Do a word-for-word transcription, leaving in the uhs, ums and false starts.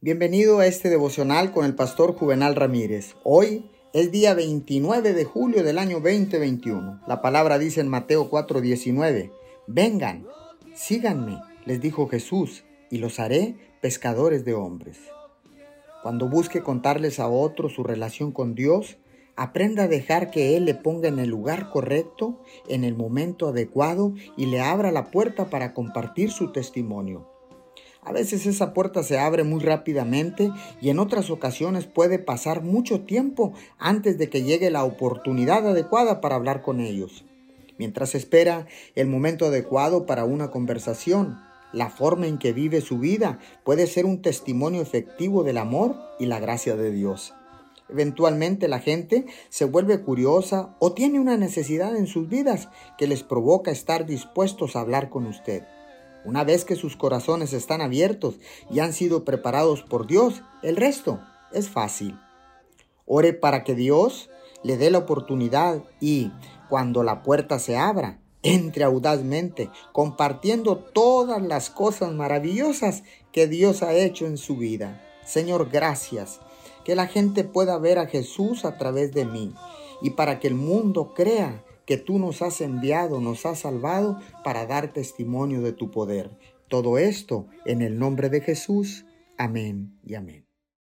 Bienvenido a este devocional con el pastor Juvenal Ramírez. Hoy es día veintinueve de julio del año veinte veintiuno. La palabra dice en Mateo cuatro diecinueve: Vengan, síganme, les dijo Jesús, y los haré pescadores de hombres. Cuando busque contarles a otros su relación con Dios, aprenda a dejar que Él le ponga en el lugar correcto, en el momento adecuado y le abra la puerta para compartir su testimonio. A veces esa puerta se abre muy rápidamente y en otras ocasiones puede pasar mucho tiempo antes de que llegue la oportunidad adecuada para hablar con ellos. Mientras espera el momento adecuado para una conversación, la forma en que vive su vida puede ser un testimonio efectivo del amor y la gracia de Dios. Eventualmente la gente se vuelve curiosa o tiene una necesidad en sus vidas que les provoca estar dispuestos a hablar con usted. Una vez que sus corazones están abiertos y han sido preparados por Dios, el resto es fácil. Ore para que Dios le dé la oportunidad y, cuando la puerta se abra, entre audazmente, compartiendo todas las cosas maravillosas que Dios ha hecho en su vida. Señor, gracias, que la gente pueda ver a Jesús a través de mí y para que el mundo crea que tú nos has enviado, nos has salvado para dar testimonio de tu poder. Todo esto en el nombre de Jesús. Amén y amén.